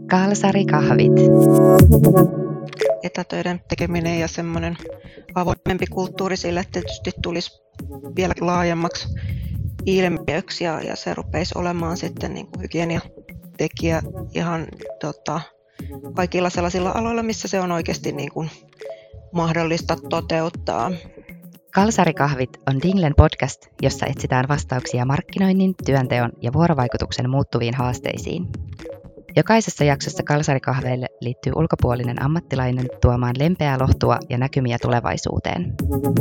Kalsarikahvit. Etätöiden tekeminen ja semmoinen avoimempi kulttuuri sille tietysti tulisi vielä laajemmaksi ilmiöksi ja se rupeisi olemaan sitten niin kuin hygieniatekijä ihan kaikilla sellaisilla aloilla, missä se on oikeasti niin kuin mahdollista toteuttaa. Kalsarikahvit on Dinglen podcast, jossa etsitään vastauksia markkinoinnin, työnteon ja vuorovaikutuksen muuttuviin haasteisiin. Jokaisessa jaksossa kalsarikahveille liittyy ulkopuolinen ammattilainen tuomaan lempeää lohtua ja näkymiä tulevaisuuteen.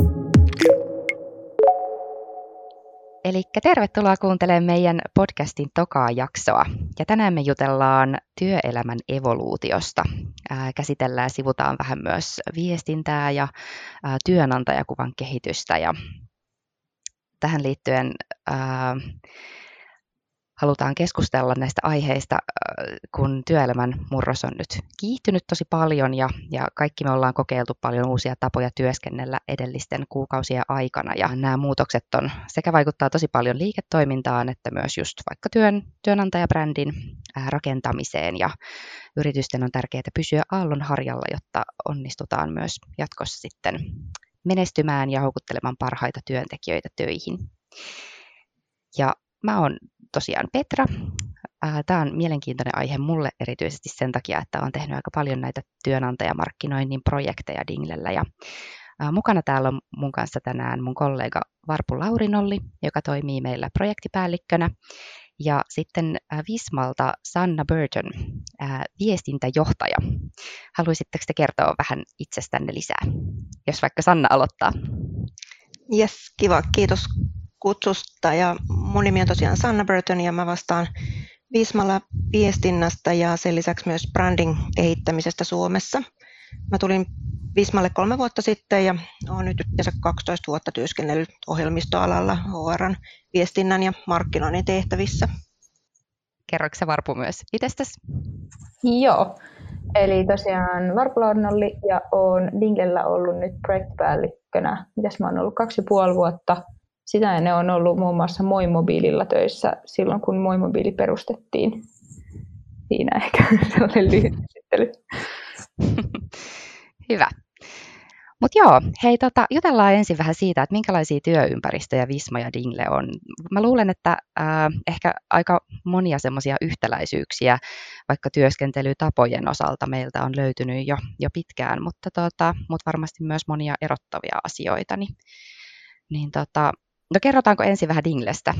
Elikkä tervetuloa kuuntelemaan meidän podcastin tokaa jaksoa. Ja tänään me jutellaan työelämän evoluutiosta. Käsitellään, sivutaan vähän myös viestintää ja työnantajakuvan kehitystä. Ja tähän liittyen halutaan keskustella näistä aiheista, kun työelämän murros on nyt kiihtynyt tosi paljon ja kaikki me ollaan kokeiltu paljon uusia tapoja työskennellä edellisten kuukausien aikana. Ja nämä muutokset sekä vaikuttaa tosi paljon liiketoimintaan että myös just vaikka työnantajabrändin rakentamiseen. Ja yritysten on tärkeää pysyä aallonharjalla, jotta onnistutaan myös jatkossa sitten menestymään ja houkuttelemaan parhaita työntekijöitä töihin. Ja mä oon tosiaan Petra. Tämä on mielenkiintoinen aihe mulle erityisesti sen takia, että olen tehnyt aika paljon näitä työnantajamarkkinoinnin projekteja Dinglellä. Ja mukana täällä on mun kanssa tänään mun kollega Varpu Laurinolli, joka toimii meillä projektipäällikkönä. Ja sitten Vismalta Sanna Burton, viestintäjohtaja. Haluaisitteko te kertoa vähän itsestänne lisää, jos vaikka Sanna aloittaa? Jes, kiva. Kiitos kutsusta. Ja mun nimi on tosiaan Sanna Burton ja mä vastaan Vismalla viestinnästä ja sen lisäksi myös branding kehittämisestä Suomessa. Mä tulin Vismalle 3 vuotta sitten ja olen nyt yhteensä 12 vuotta työskennellyt ohjelmistoalalla HR:n viestinnän ja markkinoinnin tehtävissä. Kerroitko sä Varpu myös itsestäsi? Joo, eli tosiaan Varpu Laurinolli ja olen Dinglellä ollut nyt projektipäällikkönä. Mitäs mä oon ollut 2,5 vuotta. Sitä ennen on ollut muun muassa Moi-mobiililla töissä silloin, kun Moi-mobiili perustettiin. Siinä ehkä sellainen lyhyt esittely. Hyvä. Mutta joo, hei jutellaan ensin vähän siitä, että minkälaisia työympäristöjä Visma ja Dingle on. Mä luulen, että ehkä aika monia semmoisia yhtäläisyyksiä vaikka työskentelytapojen osalta meiltä on löytynyt jo pitkään, mutta varmasti myös monia erottavia asioita. No kerrotaanko ensin vähän Dinglestä?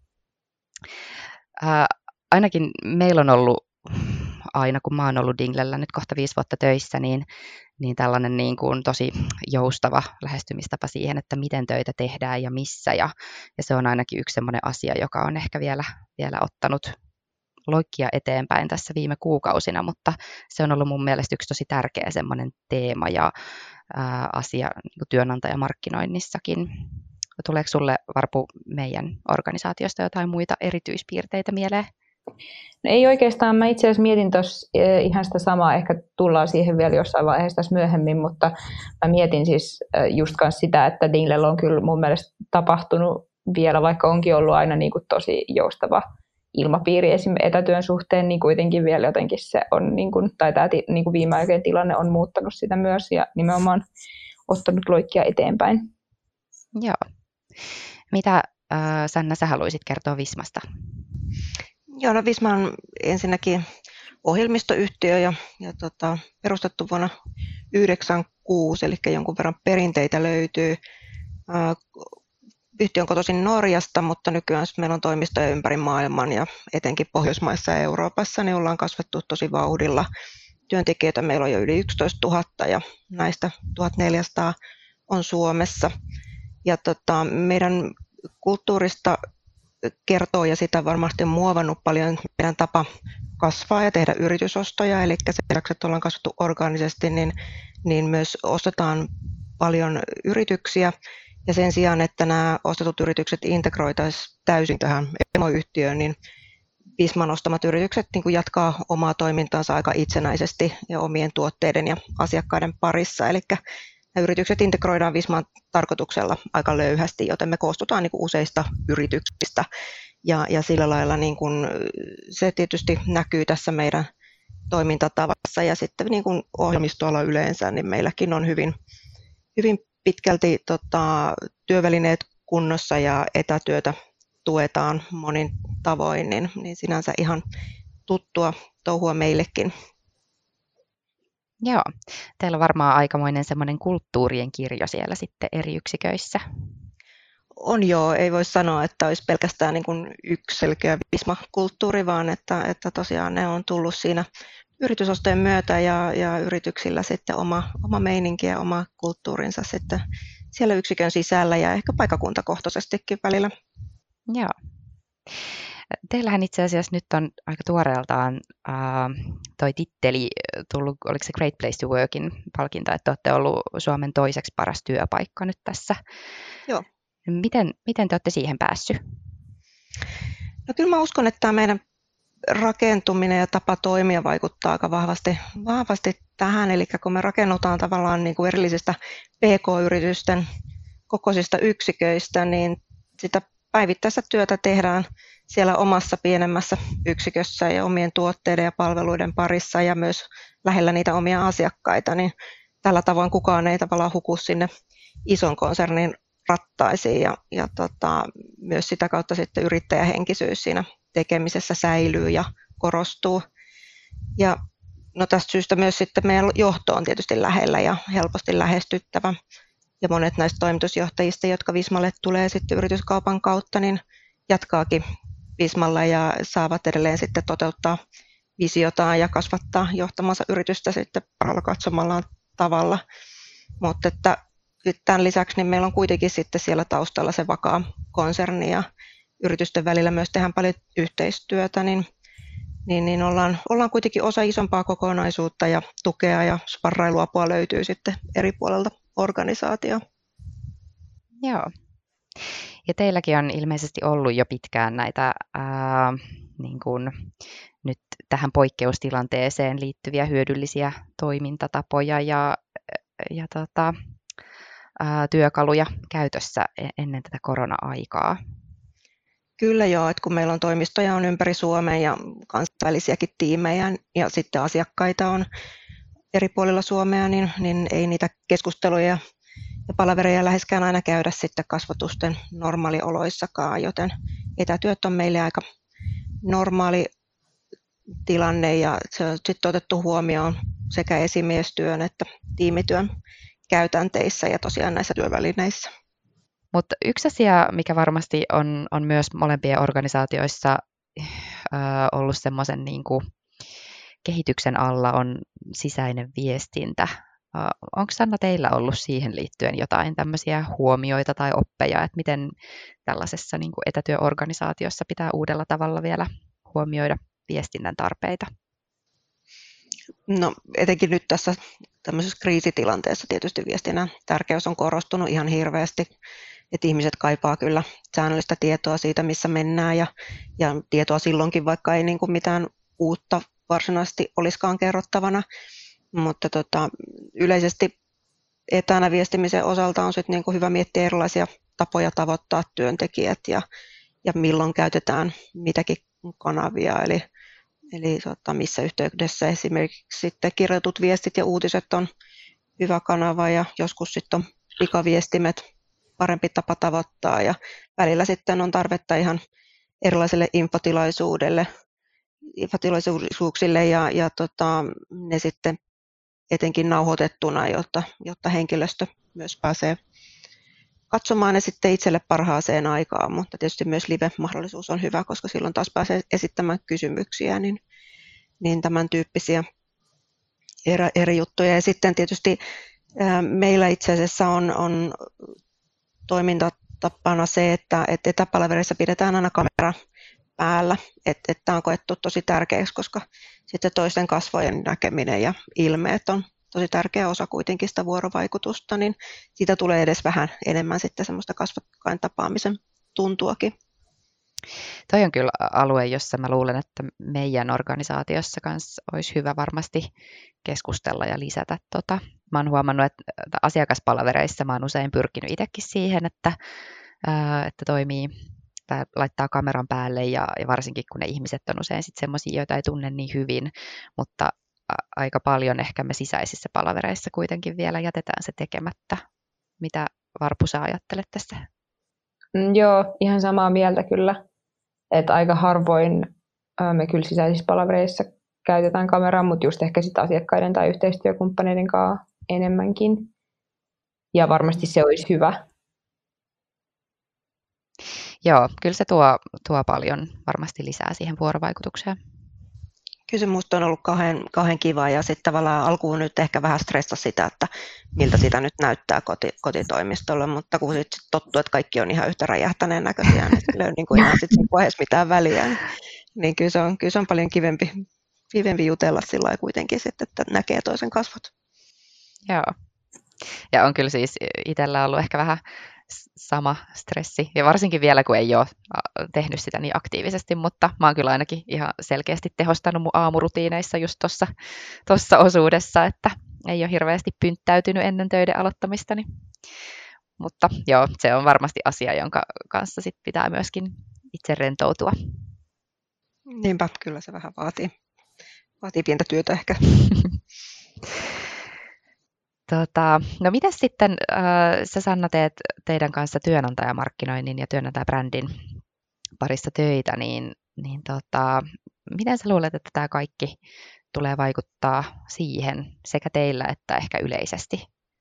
Ainakin meillä on ollut aina, kun mä oon ollut Dinglellä nyt kohta 5 vuotta töissä, niin tällainen niin kuin tosi joustava lähestymistapa siihen, että miten töitä tehdään ja missä. Ja se on ainakin yksi semmoinen asia, joka on ehkä vielä ottanut loikkia eteenpäin tässä viime kuukausina, mutta se on ollut mun mielestä yksi tosi tärkeä semmoinen teema ja asia niin kuin työnantajamarkkinoinnissakin. Tuleeko sulle, Varpu, meidän organisaatiosta jotain muita erityispiirteitä mieleen? No ei oikeastaan. Mä itse asiassa mietin tuossa ihan sitä samaa. Ehkä tullaan siihen vielä jossain vaiheessa tässä myöhemmin, mutta mä mietin siis just kanssa sitä, että Dinglellä on kyllä mun mielestä tapahtunut vielä, vaikka onkin ollut aina niin kuin tosi joustava ilmapiiri esimerkiksi etätyön suhteen, niin kuitenkin vielä jotenkin se on, niin kuin, tai tämä niin kuin viime aikojen tilanne on muuttanut sitä myös ja nimenomaan ottanut loikkia eteenpäin. Joo. Mitä Sanna, sä haluaisit kertoa Vismasta? Joo, no Visma on ensinnäkin ohjelmistoyhtiö ja perustettu vuonna 1996, eli jonkun verran perinteitä löytyy. Yhtiö on kotoisin Norjasta, mutta nykyään meillä on toimistoja ympäri maailman ja etenkin Pohjoismaissa ja Euroopassa, niin ollaan kasvettu tosi vauhdilla. Työntekijöitä meillä on jo yli 11 000 ja näistä 1400 on Suomessa. Ja meidän kulttuurista kertoo ja sitä varmasti muovannut paljon meidän tapa kasvaa ja tehdä yritysostoja, eli sen lisäksi, että ollaan kasvattu orgaanisesti, niin myös ostetaan paljon yrityksiä ja sen sijaan, että nämä ostetut yritykset integroitaisiin täysin tähän emoyhtiöön, niin Visman ostamat yritykset niin jatkaa omaa toimintaansa aika itsenäisesti ja omien tuotteiden ja asiakkaiden parissa, eli yritykset integroidaan Visman tarkoituksella aika löyhästi, joten me koostutaan niin kuin useista yrityksistä ja sillä lailla niin kuin se tietysti näkyy tässä meidän toimintatavassa ja sitten niin kuin ohjelmistoala yleensä, niin meilläkin on hyvin pitkälti työvälineet kunnossa ja etätyötä tuetaan monin tavoin, niin sinänsä ihan tuttua touhua meillekin. Joo, teillä on varmaan aikamoinen semmoinen kulttuurien kirjo siellä sitten eri yksiköissä. On joo, ei voi sanoa, että olisi pelkästään niin kuin yksi selkeä Visma-kulttuuri, vaan että tosiaan ne on tullut siinä yritysostojen myötä ja yrityksillä sitten oma meininki ja oma kulttuurinsa sitten siellä yksikön sisällä ja ehkä paikkakuntakohtaisestikin välillä. Joo. Teillähän itse asiassa nyt on aika tuoreeltaan toi titteli tullut, oliko se Great Place to Workin palkinto, että olette ollut Suomen toiseksi paras työpaikka nyt tässä. Joo. Miten te olette siihen päässyt? No kyllä mä uskon, että tämä meidän rakentuminen ja tapa toimia vaikuttaa aika vahvasti tähän, eli kun me rakennutaan tavallaan niin kuin erillisistä PK-yritysten kokoisista yksiköistä, niin sitä päivittäistä työtä tehdään siellä omassa pienemmässä yksikössä ja omien tuotteiden ja palveluiden parissa ja myös lähellä niitä omia asiakkaita, niin tällä tavoin kukaan ei tavallaan huku sinne ison konsernin rattaisiin ja myös sitä kautta sitten yrittäjähenkisyys siinä tekemisessä säilyy ja korostuu. Ja no tästä syystä myös sitten meidän johto on tietysti lähellä ja helposti lähestyttävä. Ja monet näistä toimitusjohtajista, jotka Vismalle tulee sitten yrityskaupan kautta, niin jatkaakin Vismalla ja saavat edelleen sitten toteuttaa visiotaan ja kasvattaa johtamansa yritystä sitten parhaalla katsomallaan tavalla. Mutta että tämän lisäksi niin meillä on kuitenkin sitten siellä taustalla se vakaa konserni ja yritysten välillä myös tehdään paljon yhteistyötä, niin ollaan kuitenkin osa isompaa kokonaisuutta ja tukea ja sparrailuapua löytyy sitten eri puolelta organisaatioon. Joo. Ja teilläkin on ilmeisesti ollut jo pitkään näitä niin kuin nyt tähän poikkeustilanteeseen liittyviä hyödyllisiä toimintatapoja ja työkaluja käytössä ennen tätä korona-aikaa. Kyllä joo, että kun meillä on toimistoja on ympäri Suomea ja kansainvälisiäkin tiimejä ja sitten asiakkaita on eri puolilla Suomea, niin ei niitä keskusteluja ja palavereja läheskään aina käydä sitten kasvatusten normaalioloissakaan, joten etätyöt on meille aika normaali tilanne ja se on sitten otettu huomioon sekä esimiestyön että tiimityön käytänteissä ja tosiaan näissä työvälineissä. Mutta yksi asia, mikä varmasti on myös molempien organisaatioissa ollut semmoisen niin kuin kehityksen alla, on sisäinen viestintä. Onko Sanna teillä ollut siihen liittyen jotain tämmöisiä huomioita tai oppeja, että miten tällaisessa niin kuin etätyöorganisaatiossa pitää uudella tavalla vielä huomioida viestinnän tarpeita? No etenkin nyt tässä tämmöisessä kriisitilanteessa tietysti viestinnän tärkeys on korostunut ihan hirveästi, että ihmiset kaipaa kyllä säännöllistä tietoa siitä, missä mennään ja tietoa silloinkin, vaikka ei niin kuin mitään uutta varsinaisesti olisikaan kerrottavana, mutta yleisesti etänä viestimisen osalta on sitten niin kuin hyvä miettiä erilaisia tapoja tavoittaa työntekijät ja milloin käytetään mitäkin kanavia, eli missä yhteydessä esimerkiksi sitten kirjoitut viestit ja uutiset on hyvä kanava ja joskus sitten on pikaviestimet parempi tapa tavoittaa ja välillä sitten on tarvetta ihan erilaiselle infotilaisuuksille ja ne sitten etenkin nauhoitettuna, jotta henkilöstö myös pääsee katsomaan ne sitten itselle parhaaseen aikaan, mutta tietysti myös live-mahdollisuus on hyvä, koska silloin taas pääsee esittämään kysymyksiä, niin tämän tyyppisiä eri juttuja. Ja sitten tietysti meillä itse asiassa on toimintatapana se, että etäpalaverissa pidetään aina kamera päällä, että tämä on koettu tosi tärkeäksi, koska sitten toisten kasvojen näkeminen ja ilmeet on tosi tärkeä osa kuitenkin sitä vuorovaikutusta, niin siitä tulee edes vähän enemmän sitten semmoista kasvokkain tapaamisen tuntuakin. Toi on kyllä alue, jossa mä luulen, että meidän organisaatiossa kanssa olisi hyvä varmasti keskustella ja lisätä. Mä oon huomannut, että asiakaspalavereissa mä oon usein pyrkinyt itsekin siihen, että toimii laittaa kameran päälle ja varsinkin kun ne ihmiset on usein sitten semmoisia, joita ei tunne niin hyvin, mutta aika paljon ehkä me sisäisissä palavereissa kuitenkin vielä jätetään se tekemättä. Mitä Varpu sä ajattelet tässä? Joo, ihan samaa mieltä kyllä, että aika harvoin me kyllä sisäisissä palavereissa käytetään kameraa, mutta just ehkä sitten asiakkaiden tai yhteistyökumppaneiden kanssa enemmänkin. Ja varmasti se olisi hyvä. Joo, kyllä se tuo paljon varmasti lisää siihen vuorovaikutukseen. Kyllä se musta on ollut kauhean kiva ja sitten tavallaan alkuun nyt ehkä vähän stressasi sitä, että miltä sitä nyt näyttää kotitoimistolle, mutta kun sitten tottuu, että kaikki on ihan yhtä räjähtäneen näköisiä, niin sillä ei ole niin kuin ihan sitten vaiheessa mitään väliä, niin kyllä se on paljon kivempi jutella sillä lailla kuitenkin sitten, että näkee toisen kasvot. Joo, ja on kyllä siis itsellä ollut ehkä vähän sama stressi, ja varsinkin vielä, kun ei ole tehnyt sitä niin aktiivisesti, mutta mä oon kyllä ainakin ihan selkeästi tehostanut mun aamurutiineissa just tuossa osuudessa, että ei ole hirveästi pynttäytynyt ennen töiden aloittamistani. Mutta joo, se on varmasti asia, jonka kanssa sit pitää myöskin itse rentoutua. Niinpä, kyllä se vähän vaatii pientä työtä ehkä. No mitäs sitten, sä Sanna teet teidän kanssa työnantajamarkkinoinnin ja työnantajabrändin parissa töitä, niin miten sä luulet, että tämä kaikki tulee vaikuttaa siihen sekä teillä että ehkä yleisesti?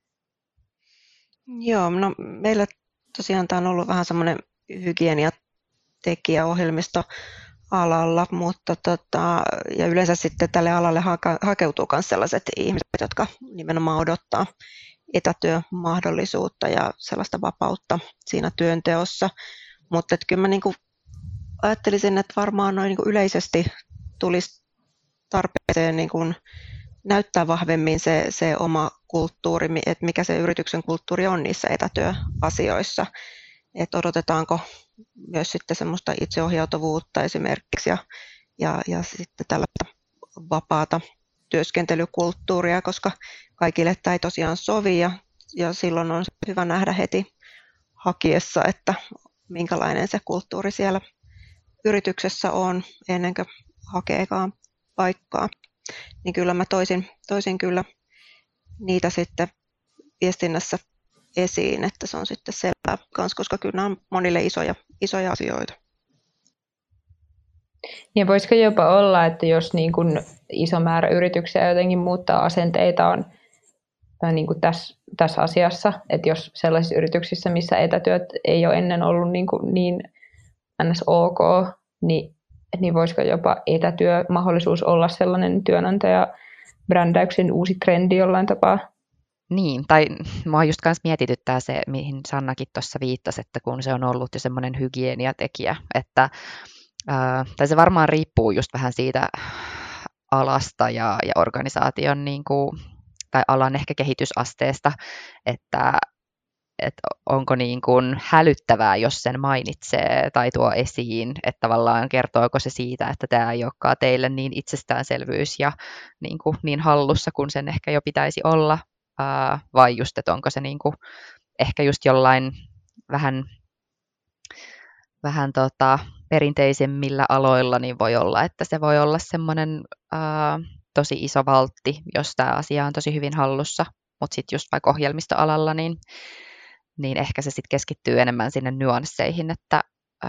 Joo, no meillä tosiaan tämä on ollut vähän semmoinen hygieniatekijäohjelmisto alalla, mutta ja yleensä sitten tälle alalle hakeutuu myös sellaiset ihmiset, jotka nimenomaan odottaa etätyömahdollisuutta ja sellaista vapautta siinä työnteossa, mutta kyllä mä niinku ajattelisin, että varmaan noin niinku yleisesti tulisi tarpeeseen niinku näyttää vahvemmin se oma kulttuuri, että mikä se yrityksen kulttuuri on niissä etätyöasioissa, että odotetaanko myös sitten semmoista itseohjautuvuutta esimerkiksi ja sitten tällaista vapaata työskentelykulttuuria, koska kaikille tämä ei tosiaan sovi ja silloin on hyvä nähdä heti hakiessa, että minkälainen se kulttuuri siellä yrityksessä on ennen kuin hakeekaan paikkaa. Niin kyllä mä toisin kyllä niitä sitten viestinnässä esiin, että se on sitten selvää kanssa, koska kyllä nämä on monille isoja asioita. Ja voisiko jopa olla, että jos niin kuin iso määrä yrityksiä jotenkin muuttaa asenteitaan niin kuin tässä asiassa, että jos sellaisissa yrityksissä, missä etätyöt ei ole ennen ollut niin ns. Ok, niin voisiko jopa etätyömahdollisuus olla sellainen työnantajabrändäyksen uusi trendi jollain tapaa? Niin, tai mua just kanssa mietityttää se, mihin Sannakin tuossa viittasi, että kun se on ollut jo semmoinen hygieniatekijä, että tai se varmaan riippuu just vähän siitä alasta ja organisaation niin kuin, tai alan ehkä kehitysasteesta, että onko niin kuin hälyttävää, jos sen mainitsee tai tuo esiin, että tavallaan kertooko se siitä, että tämä ei olekaan teille niin itsestäänselvyys ja niin hallussa kuin sen ehkä jo pitäisi olla, vai just, että onko se niin kuin ehkä just jollain vähän perinteisemmillä aloilla, niin voi olla, että se voi olla semmoinen tosi iso valtti, jos tämä asia on tosi hyvin hallussa, mutta sitten just vaikka ohjelmistoalalla, niin ehkä se sitten keskittyy enemmän sinne nyansseihin, että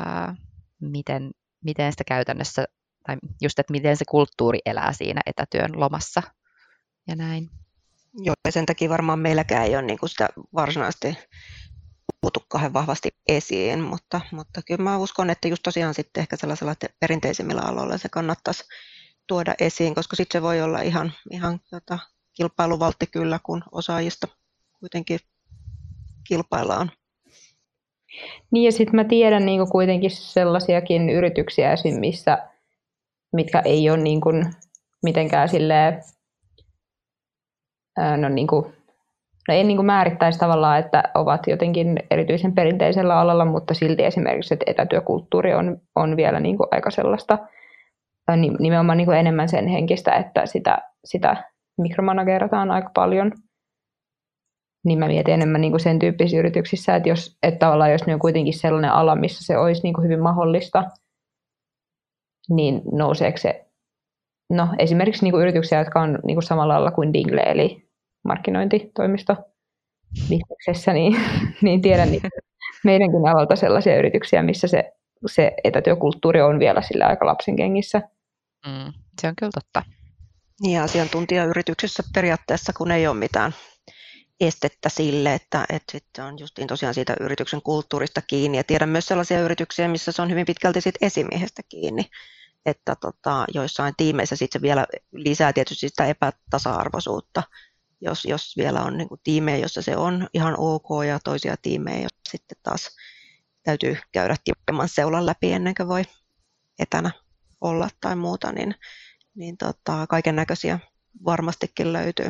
miten sitä käytännössä, tai just, että miten se kulttuuri elää siinä etätyön lomassa ja näin. Joo, ja sen takia varmaan meilläkään ei ole niin kuin sitä varsinaisesti puutu kauhean vahvasti esiin, mutta kyllä mä uskon, että just tosiaan sitten ehkä sellaisella perinteisemmillä aloilla se kannattaisi tuoda esiin, koska sitten se voi olla ihan kilpailuvaltti kyllä, kun osaajista kuitenkin kilpaillaan. Niin ja sitten mä tiedän niin kuitenkin sellaisiakin yrityksiä esim. Mitkä ei ole niin kuin mitenkään silleen, ei niin kuin määrittäisi tavallaan, että ovat jotenkin erityisen perinteisellä alalla, mutta silti esimerkiksi, että etätyökulttuuri on vielä niin kuin aika sellaista, nimenomaan niin kuin enemmän sen henkistä, että sitä mikromanageerataan aika paljon. Niin mä mietin enemmän niin kuin sen tyyppisissä yrityksissä, että tavallaan jos ne on kuitenkin sellainen ala, missä se olisi niin kuin hyvin mahdollista, niin nouseeko se, no esimerkiksi niin kuin yrityksiä, jotka on niin kuin samalla lailla kuin Dingle, eli markkinointitoimisto bisneksessä, niin tiedän niin meidänkin alalta sellaisia yrityksiä, missä se etätyökulttuuri on vielä sillä aika lapsenkengissä. Se on kyllä totta. Niin, asiantuntijayrityksissä periaatteessa, kun ei ole mitään estettä sille, että sitten on justiin tosiaan siitä yrityksen kulttuurista kiinni. Ja tiedän myös sellaisia yrityksiä, missä se on hyvin pitkälti sit esimiehestä kiinni, että joissain tiimeissä sitten se vielä lisää tietysti sitä epätasa-arvoisuutta, jos vielä on niin kuin tiimejä, jossa se on ihan ok, ja toisia tiimejä, joissa sitten taas täytyy käydä tiukemman seulan läpi ennen kuin voi etänä olla tai muuta, niin kaiken näköisiä varmastikin löytyy.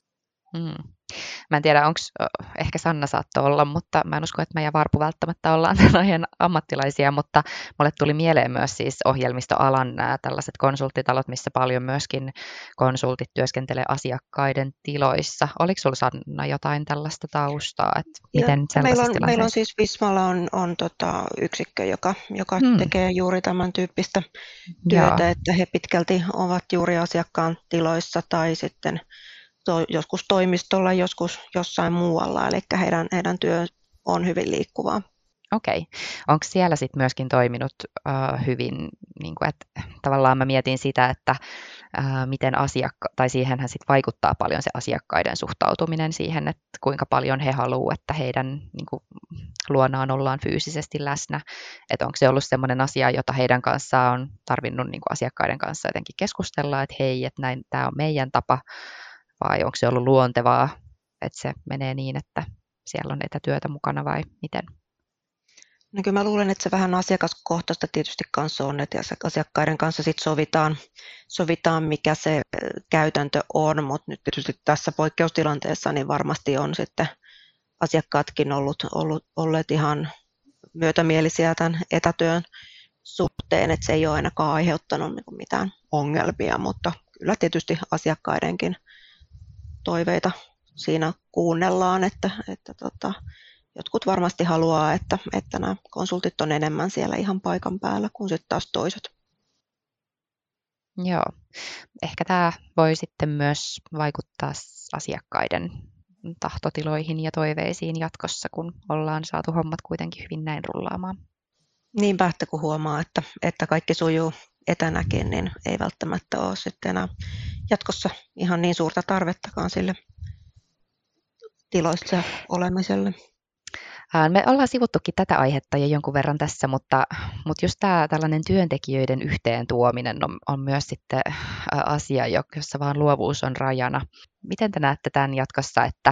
Mä en tiedä, onko ehkä Sanna saattoi olla, mutta mä en usko, että mä ja Varpu välttämättä ollaan tämän aiheen ammattilaisia, mutta mulle tuli mieleen myös siis ohjelmistoalan nämä tällaiset konsulttitalot, missä paljon myöskin konsultit työskentelee asiakkaiden tiloissa. Oliko sulla, Sanna, jotain tällaista taustaa, että miten sellaisessa tilanteessa? Meillä on siis Vismalla on yksikkö, joka tekee juuri tämän tyyppistä työtä, että he pitkälti ovat juuri asiakkaan tiloissa tai sitten joskus toimistolla, joskus jossain muualla, eli heidän työ on hyvin liikkuvaa. Okei. Onko siellä sitten myöskin toiminut hyvin, niin kuin, että tavallaan mä mietin sitä, että miten tai siihenhän sitten vaikuttaa paljon se asiakkaiden suhtautuminen siihen, että kuinka paljon he haluavat, että heidän niin kuin, luonaan ollaan fyysisesti läsnä, että onko se ollut sellainen asia, jota heidän kanssaan on tarvinnut niin kuin asiakkaiden kanssa jotenkin keskustella, että hei, että näin, tämä on meidän tapa, vai onko se ollut luontevaa, että se menee niin, että siellä on etätyötä mukana vai miten? No kyllä mä luulen, että se vähän asiakaskohtaista tietysti kanssa on, että asiakkaiden kanssa sit sovitaan, mikä se käytäntö on, mutta nyt tietysti tässä poikkeustilanteessa niin varmasti on sitten asiakkaatkin olleet ihan myötämielisiä tämän etätyön suhteen, että se ei ole ainakaan aiheuttanut mitään ongelmia, mutta kyllä tietysti asiakkaidenkin toiveita siinä kuunnellaan, että jotkut varmasti haluaa, että nämä konsultit on enemmän siellä ihan paikan päällä kuin sitten taas toiset. Joo, ehkä tämä voi sitten myös vaikuttaa asiakkaiden tahtotiloihin ja toiveisiin jatkossa, kun ollaan saatu hommat kuitenkin hyvin näin rullaamaan. Niinpä, että kun huomaa, että kaikki sujuu etänäkin, niin ei välttämättä ole sitten enää jatkossa ihan niin suurta tarvettakaan sille tiloissa olemiselle. Me ollaan sivuttukin tätä aihetta jo jonkun verran tässä, mutta just tämä tällainen työntekijöiden yhteen tuominen on myös sitten asia, jossa vaan luovuus on rajana. Miten te näette tämän jatkossa, että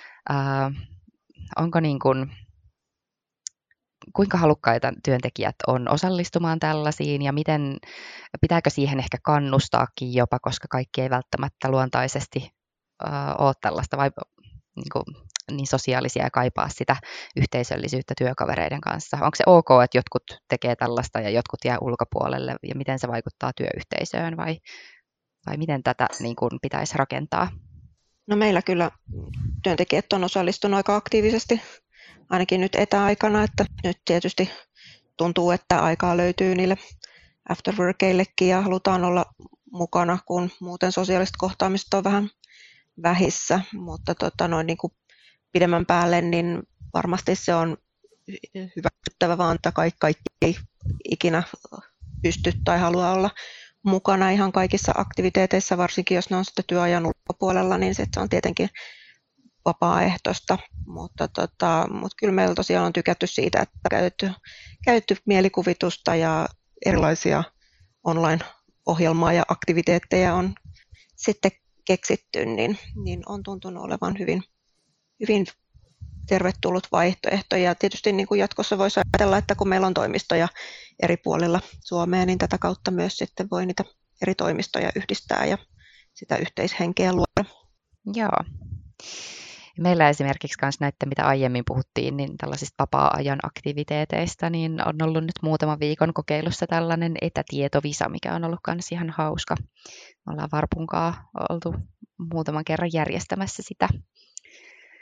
onko niin kuin, kuinka halukkaita työntekijät on osallistumaan tällaisiin ja miten, pitääkö siihen ehkä kannustaakin jopa, koska kaikki ei välttämättä luontaisesti ole tällaista vai niin sosiaalisia ja kaipaa sitä yhteisöllisyyttä työkavereiden kanssa. Onko se ok, että jotkut tekee tällaista ja jotkut jää ulkopuolelle ja miten se vaikuttaa työyhteisöön vai miten tätä niin kuin pitäisi rakentaa? No meillä kyllä työntekijät on osallistunut aika aktiivisesti, ainakin nyt etäaikana, että nyt tietysti tuntuu, että aikaa löytyy niille afterworkeillekin ja halutaan olla mukana, kun muuten sosiaaliset kohtaamiset on vähän vähissä, mutta niin kuin pidemmän päälle niin varmasti se on hyväksyttävä vaan, että kaikki ei ikinä pysty tai halua olla mukana ihan kaikissa aktiviteeteissa, varsinkin jos ne on sitten työajan ulkopuolella, niin se on tietenkin vapaaehtoista, mutta kyllä meillä tosiaan on tykätty siitä, että käytetty mielikuvitusta ja erilaisia online-ohjelmaa ja aktiviteetteja on sitten keksitty, niin on tuntunut olevan hyvin tervetullut vaihtoehto. Ja tietysti niin kuin jatkossa voisi ajatella, että kun meillä on toimistoja eri puolilla Suomea, niin tätä kautta myös sitten voi niitä eri toimistoja yhdistää ja sitä yhteishenkeä luoda. Joo. Meillä esimerkiksi myös näitä, mitä aiemmin puhuttiin, niin tällaisista vapaa-ajan aktiviteeteista, niin on ollut nyt muutaman viikon kokeilussa tällainen etätietovisa, mikä on ollut myös ihan hauska. Me ollaan Varpunkaa oltu muutaman kerran järjestämässä sitä.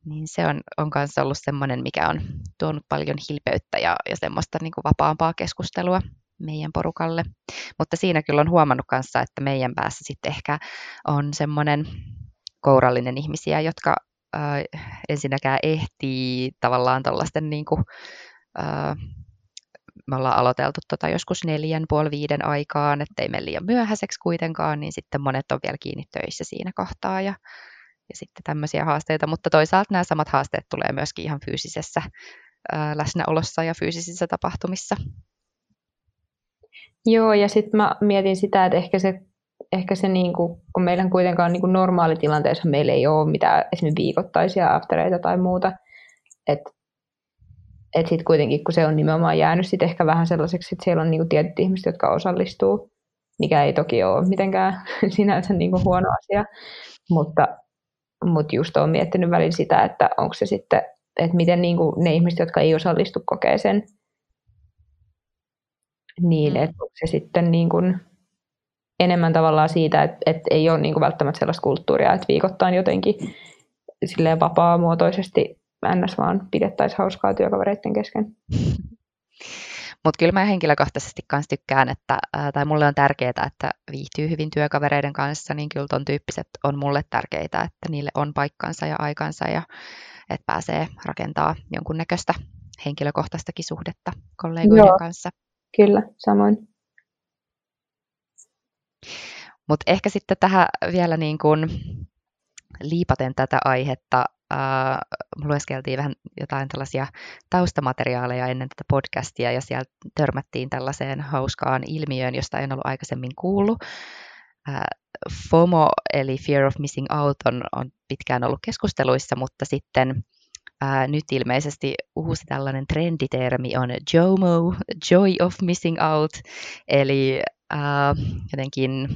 niin se on kanssa ollut semmoinen, mikä on tuonut paljon hilpeyttä ja semmoista niin kuin vapaampaa keskustelua meidän porukalle. Mutta siinä kyllä on huomannut kanssa, että meidän päässä sitten ehkä on semmoinen kourallinen ihmisiä, jotka ensinnäkään ehtii tavallaan tuollaisten niin kuin, me ollaan aloiteltu joskus 4:30 aikaan, ettei mene liian myöhäiseksi kuitenkaan, niin sitten monet on vielä kiinni töissä siinä kohtaa ja sitten tämmöisiä haasteita, mutta toisaalta nämä samat haasteet tulee myöskin ihan fyysisessä läsnäolossa ja fyysisissä tapahtumissa. Joo, ja sitten mä mietin sitä, että ehkä se niinku, kun meillä kuitenkaan niinku normaalitilanteessa meillä ei ole mitään esimerkiksi viikoittaisia aftereita tai muuta, että sitten kuitenkin, kun se on nimenomaan jäänyt sit ehkä vähän sellaiseksi, että siellä on niinku tietyt ihmiset, jotka osallistuu, mikä ei toki ole mitenkään sinänsä niinku huono asia, mutta just olen miettinyt välillä sitä, että onko se sitten, että miten niinku ne ihmiset, jotka ei osallistu, kokee sen, niin että onko se sitten niinku enemmän tavallaan siitä, että ei ole niinku välttämättä sellaista kulttuuria, että viikoittain jotenkin silleen vapaamuotoisesti ns. Vaan pidettäisiin hauskaa työkavereiden kesken. Mutta kyllä mä henkilökohtaisesti kanssa tykkään, tai mulle on tärkeää, että viihtyy hyvin työkavereiden kanssa, niin kyllä ton tyyppiset on mulle tärkeitä, että niille on paikkansa ja aikansa ja että pääsee rakentaa jonkunnäköistä henkilökohtaistakin suhdetta kollegoiden kanssa. Kyllä, samoin. Mutta ehkä sitten tähän vielä niin kuin liipaten tätä aihetta, lueskeltiin vähän jotain tällaisia taustamateriaaleja ennen tätä podcastia ja siellä törmättiin tällaiseen hauskaan ilmiöön, josta en ollut aikaisemmin kuullut. FOMO eli Fear of Missing Out on pitkään ollut keskusteluissa, mutta sitten nyt ilmeisesti uusi tällainen trenditermi on JOMO, Joy of Missing Out, eli jotenkin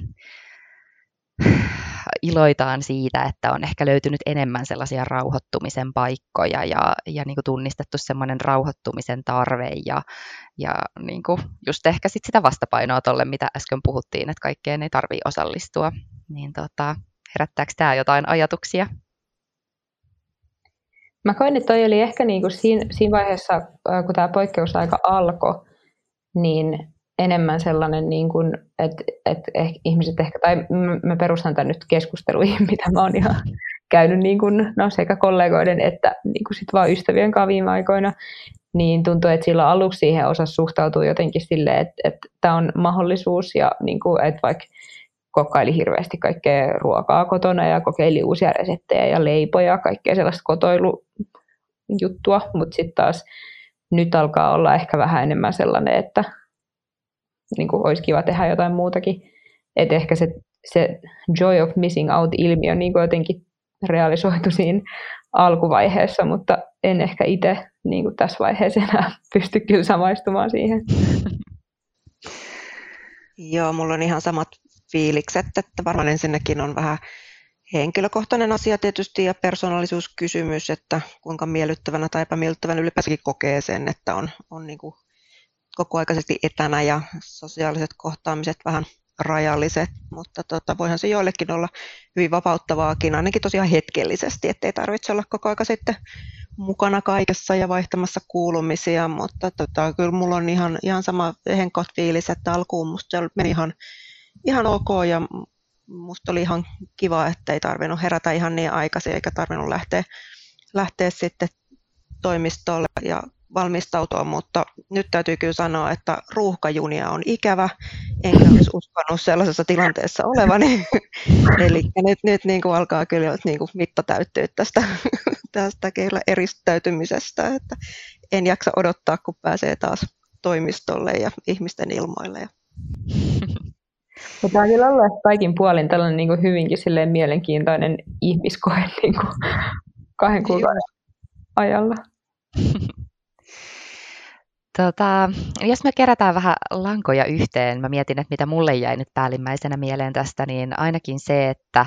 iloitaan siitä, että on ehkä löytynyt enemmän sellaisia rauhoittumisen paikkoja ja niin kuin tunnistettu semmoinen rauhoittumisen tarve ja niin kuin just ehkä sit sitä vastapainoa tolle, mitä äsken puhuttiin, että kaikkeen ei tarvitse osallistua. Niin herättääkö tämä jotain ajatuksia? Mä koin, että toi oli ehkä niin kuin siinä vaiheessa, kun tämä poikkeusaika alkoi, niin enemmän sellainen, niin kuin, että ihmiset ehkä, tai mä perustan tämän nyt keskusteluihin, mitä mä oon ihan käynyt niin kuin, sekä kollegoiden että niin kuin sit vaan ystävien kanssa viime aikoina, niin tuntuu, että silloin aluksi siihen osasi suhtautua jotenkin silleen, että tämä on mahdollisuus, ja niin kuin, että vaikka kokkaili hirveästi kaikkea ruokaa kotona ja kokeili uusia reseptejä ja leipoja, kaikkea sellaista kotoilujuttua, mutta sitten taas nyt alkaa olla ehkä vähän enemmän sellainen, että niin kuin olisi kiva tehdä jotain muutakin. Että ehkä se joy of missing out-ilmiö niin kuin jotenkin realisoitu siinä alkuvaiheessa, mutta en ehkä itse niin kuin tässä vaiheessa enää pysty kyllä samaistumaan siihen. Joo, mulla on ihan samat fiilikset, että varmaan ensinnäkin on vähän henkilökohtainen asia tietysti ja persoonallisuuskysymys, että kuinka miellyttävänä tai epämiellyttävänä ylipäänsäkin kokee sen, että on niin kuin kokoaikaisesti etänä ja sosiaaliset kohtaamiset vähän rajalliset, mutta voihan se joillekin olla hyvin vapauttavaakin, ainakin tosiaan hetkellisesti, ettei tarvitse olla koko aika sitten mukana kaikessa ja vaihtamassa kuulumisia, mutta kyllä mulla on ihan sama henkot fiilis, että alkuun musta se meni ihan ok ja musta oli ihan kiva, että ei tarvinnut herätä ihan niin aikaisin eikä tarvinnut lähteä sitten toimistolle ja valmistautua, mutta nyt täytyy kyllä sanoa, että ruuhkajunia on ikävä, enkä olisi uskonut sellaisessa tilanteessa olevani. Eli nyt niin kuin alkaa kyllä niin kuin mitta täyttyä tästä kyllä eristäytymisestä, että en jaksa odottaa, kun pääsee taas toimistolle ja ihmisten ilmoille. Tämä on kyllä ollut kaikin puolin tällainen niin kuin hyvinkin mielenkiintoinen ihmiskoe niin kuin 2 kuukauden ajalla. Jos me kerätään vähän lankoja yhteen, mä mietin, että mitä mulle jäi nyt päällimmäisenä mieleen tästä, niin ainakin se, että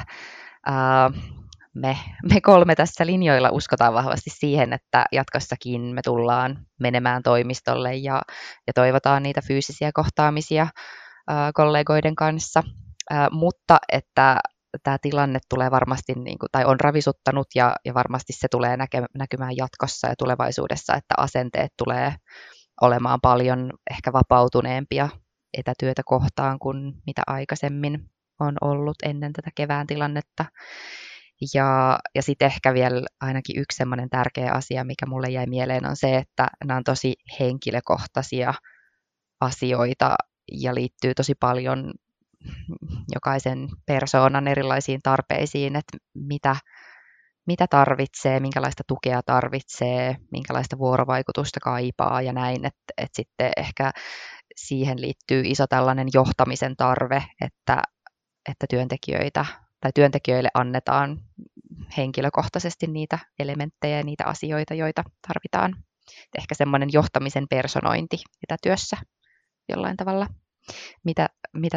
me 3 tässä linjoilla uskotaan vahvasti siihen, että jatkossakin me tullaan menemään toimistolle ja toivotaan niitä fyysisiä kohtaamisia kollegoiden kanssa, mutta että tämä tilanne tulee varmasti, tai on ravisuttanut ja varmasti se tulee näkymään jatkossa ja tulevaisuudessa, että asenteet tulee olemaan paljon ehkä vapautuneempia etätyötä kohtaan kuin mitä aikaisemmin on ollut ennen tätä kevään tilannetta. Ja sitten ehkä vielä ainakin yksi semmoinen tärkeä asia, mikä mulle jäi mieleen, on se, että nämä on tosi henkilökohtaisia asioita ja liittyy tosi paljon jokaisen persoonan erilaisiin tarpeisiin, että mitä tarvitsee, minkälaista tukea tarvitsee, minkälaista vuorovaikutusta kaipaa ja näin, että sitten ehkä siihen liittyy iso tällainen johtamisen tarve, että työntekijöille annetaan henkilökohtaisesti niitä elementtejä ja niitä asioita, joita tarvitaan. Ehkä semmoinen johtamisen personointi etätyössä jollain tavalla. Mitä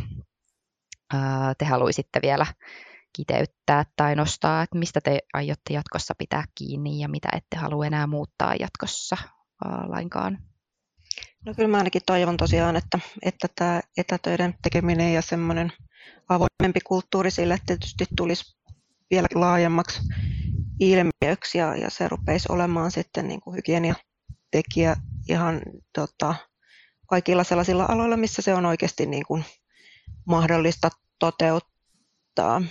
te haluaisitte vielä kiteyttää tai nostaa, että mistä te aiotte jatkossa pitää kiinni ja mitä ette halua enää muuttaa jatkossa lainkaan? No kyllä mä ainakin toivon tosiaan, että tämä etätöiden tekeminen ja semmoinen avoimempi kulttuuri sille tietysti tulisi vielä laajemmaksi ilmiöksi ja se rupeisi olemaan sitten niin kuin hygieniatekijä ihan kaikilla sellaisilla aloilla, missä se on oikeasti niin kuin mahdollista toteuttaa.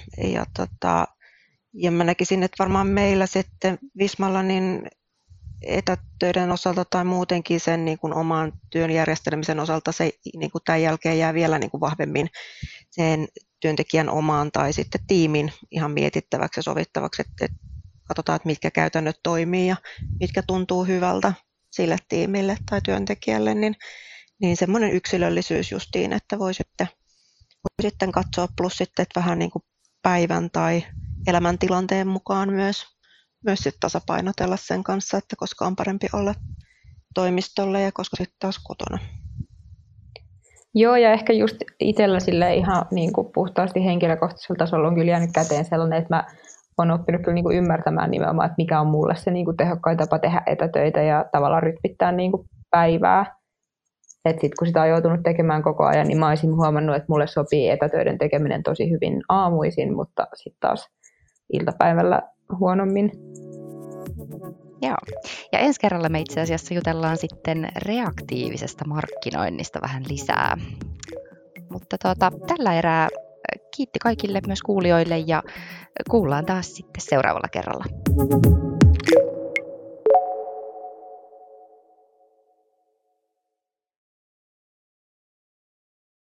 Ja mä näkisin, että varmaan meillä sitten Vismalla niin etätöiden osalta tai muutenkin sen niin kuin oman työn järjestelmisen osalta se niin kuin tämän jälkeen jää vielä niin kuin vahvemmin sen työntekijän omaan tai sitten tiimin ihan mietittäväksi ja sovittavaksi, että katsotaan, että mitkä käytännöt toimii ja mitkä tuntuu hyvältä sille tiimille tai työntekijälle, niin semmoinen yksilöllisyys justiin, että voi sitten katsoa plus sitten, että vähän niin kuin päivän tai elämäntilanteen mukaan myös sit tasapainotella sen kanssa, että koska on parempi olla toimistolle ja koska sitten taas kotona. Joo, ja ehkä just itsellä sille ihan niin kuin puhtaasti henkilökohtaisella tasolla on kyllä jäänyt käteen sellainen, että mä oon oppinut kyllä niin kuin ymmärtämään nimenomaan, että mikä on mulle se niin kuin tehokkain tapa tehdä etätöitä ja tavallaan rytmittää niin kuin päivää. Että sitten kun sitä on joutunut tekemään koko ajan, niin mä olisin huomannut, että mulle sopii etätöiden tekeminen tosi hyvin aamuisin, mutta sitten taas iltapäivällä huonommin. Joo. Ja ensi kerralla me itse asiassa jutellaan sitten reaktiivisesta markkinoinnista vähän lisää. Mutta tällä erää kiitti kaikille myös kuulijoille ja kuullaan taas sitten seuraavalla kerralla.